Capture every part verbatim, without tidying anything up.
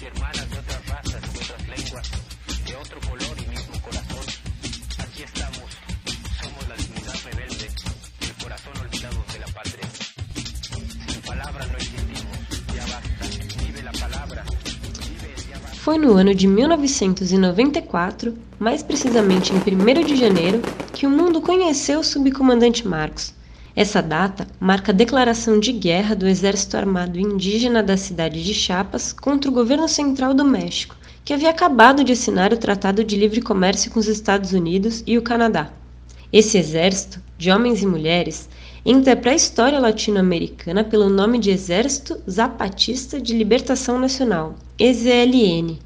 y hermanas de otras razas y otras lenguas, de otro color y mismo corazón. Aquí estamos, somos la dignidad rebelde, el corazón olvidado de la patria. Sin palabras no existimos, ya basta, vive la palabra, vive el ya basta. Foi no ano de mil novecentos e noventa e quatro, mais precisamente em primeiro de janeiro, que o mundo conheceu o subcomandante Marcos. Essa data marca a declaração de guerra do Exército Armado Indígena da cidade de Chiapas contra o governo central do México, que havia acabado de assinar o Tratado de Livre Comércio com os Estados Unidos e o Canadá. Esse exército, de homens e mulheres, entra para a história latino-americana pelo nome de Exército Zapatista de Libertação Nacional, E Z L N.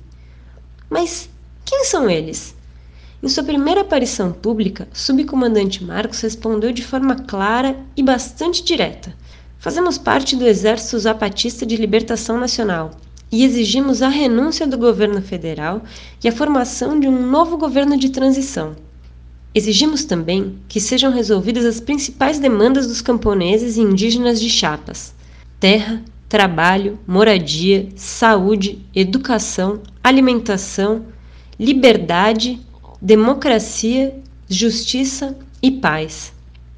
Mas quem são eles? Em sua primeira aparição pública, o subcomandante Marcos respondeu de forma clara e bastante direta: fazemos parte do Exército Zapatista de Libertação Nacional e exigimos a renúncia do governo federal e a formação de um novo governo de transição. Exigimos também que sejam resolvidas as principais demandas dos camponeses e indígenas de Chiapas: terra, trabalho, moradia, saúde, educação, alimentação, liberdade, democracia, justiça e paz.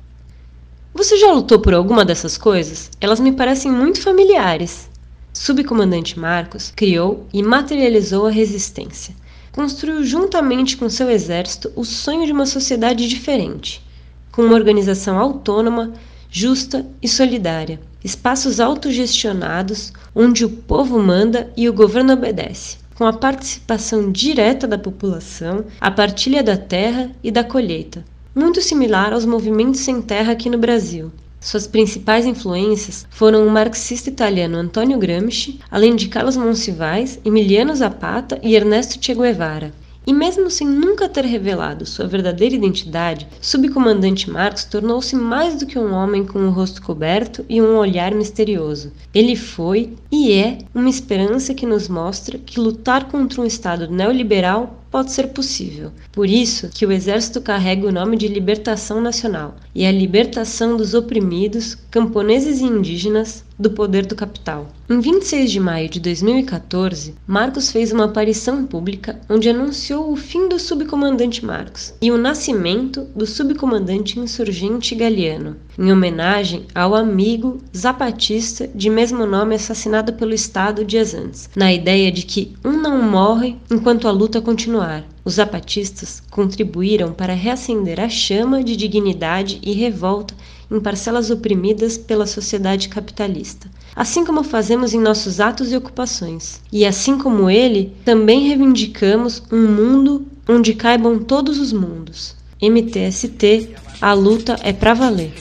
Você já lutou por alguma dessas coisas? Elas me parecem muito familiares. Subcomandante Marcos criou e materializou a resistência. Construiu juntamente com seu exército o sonho de uma sociedade diferente, com uma organização autônoma, justa e solidária, espaços autogestionados onde o povo manda e o governo obedece, com a participação direta da população, a partilha da terra e da colheita, muito similar aos movimentos sem terra aqui no Brasil. Suas principais influências foram o marxista italiano Antonio Gramsci, além de Carlos Monsiváis, Emiliano Zapata e Ernesto Che Guevara. E mesmo sem nunca ter revelado sua verdadeira identidade, subcomandante Marcos tornou-se mais do que um homem com o rosto coberto e um olhar misterioso. Ele foi e é uma esperança que nos mostra que lutar contra um Estado neoliberal pode ser possível. Por isso que o Exército carrega o nome de Libertação Nacional e a libertação dos oprimidos, camponeses e indígenas, do poder do capital. Em vinte e seis de maio de dois mil e quatorze, Marcos fez uma aparição pública onde anunciou o fim do subcomandante Marcos e o nascimento do subcomandante insurgente Galiano, em homenagem ao amigo zapatista de mesmo nome assassinado pelo Estado dias antes, na ideia de que um não morre enquanto a luta continuar. Os zapatistas contribuíram para reacender a chama de dignidade e revolta em parcelas oprimidas pela sociedade capitalista, assim como fazemos em nossos atos e ocupações. E assim como ele, também reivindicamos um mundo onde caibam todos os mundos. M T S T, a luta é pra valer.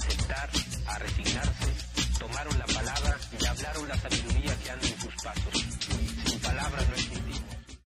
Tomaron la palabra y hablaron la sabiduría que anda en sus pasos.